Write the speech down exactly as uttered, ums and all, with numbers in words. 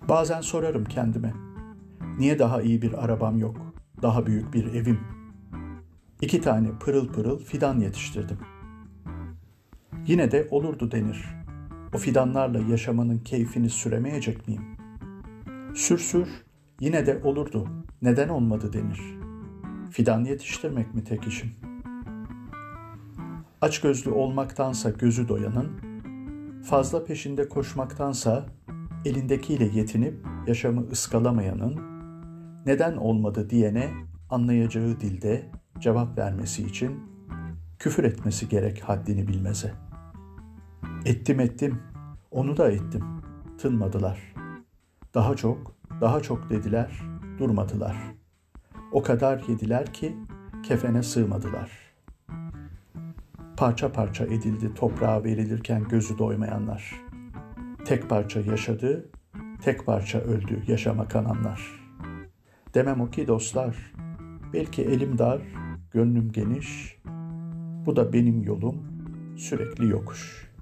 Bazen sorarım kendime, niye daha iyi bir arabam yok, daha büyük bir evim? İki tane pırıl pırıl fidan yetiştirdim. Yine de olurdu denir. O fidanlarla yaşamanın keyfini süremeyecek miyim? Sür sür, yine de olurdu, neden olmadı denir. Fidan yetiştirmek mi tek işim? Açgözlü olmaktansa gözü doyanın, fazla peşinde koşmaktansa elindekiyle yetinip yaşamı ıskalamayanın, neden olmadı diyene anlayacağı dilde cevap vermesi için küfür etmesi gerek haddini bilmeze. Ettim ettim, onu da ettim, tınmadılar. Daha çok, daha çok dediler, durmadılar. O kadar yediler ki kefene sığmadılar. Parça parça edildi toprağa verilirken gözü doymayanlar. Tek parça yaşadı, tek parça öldü yaşama kananlar. Demem o ki dostlar, belki elim dar, gönlüm geniş, bu da benim yolum sürekli yokuş.''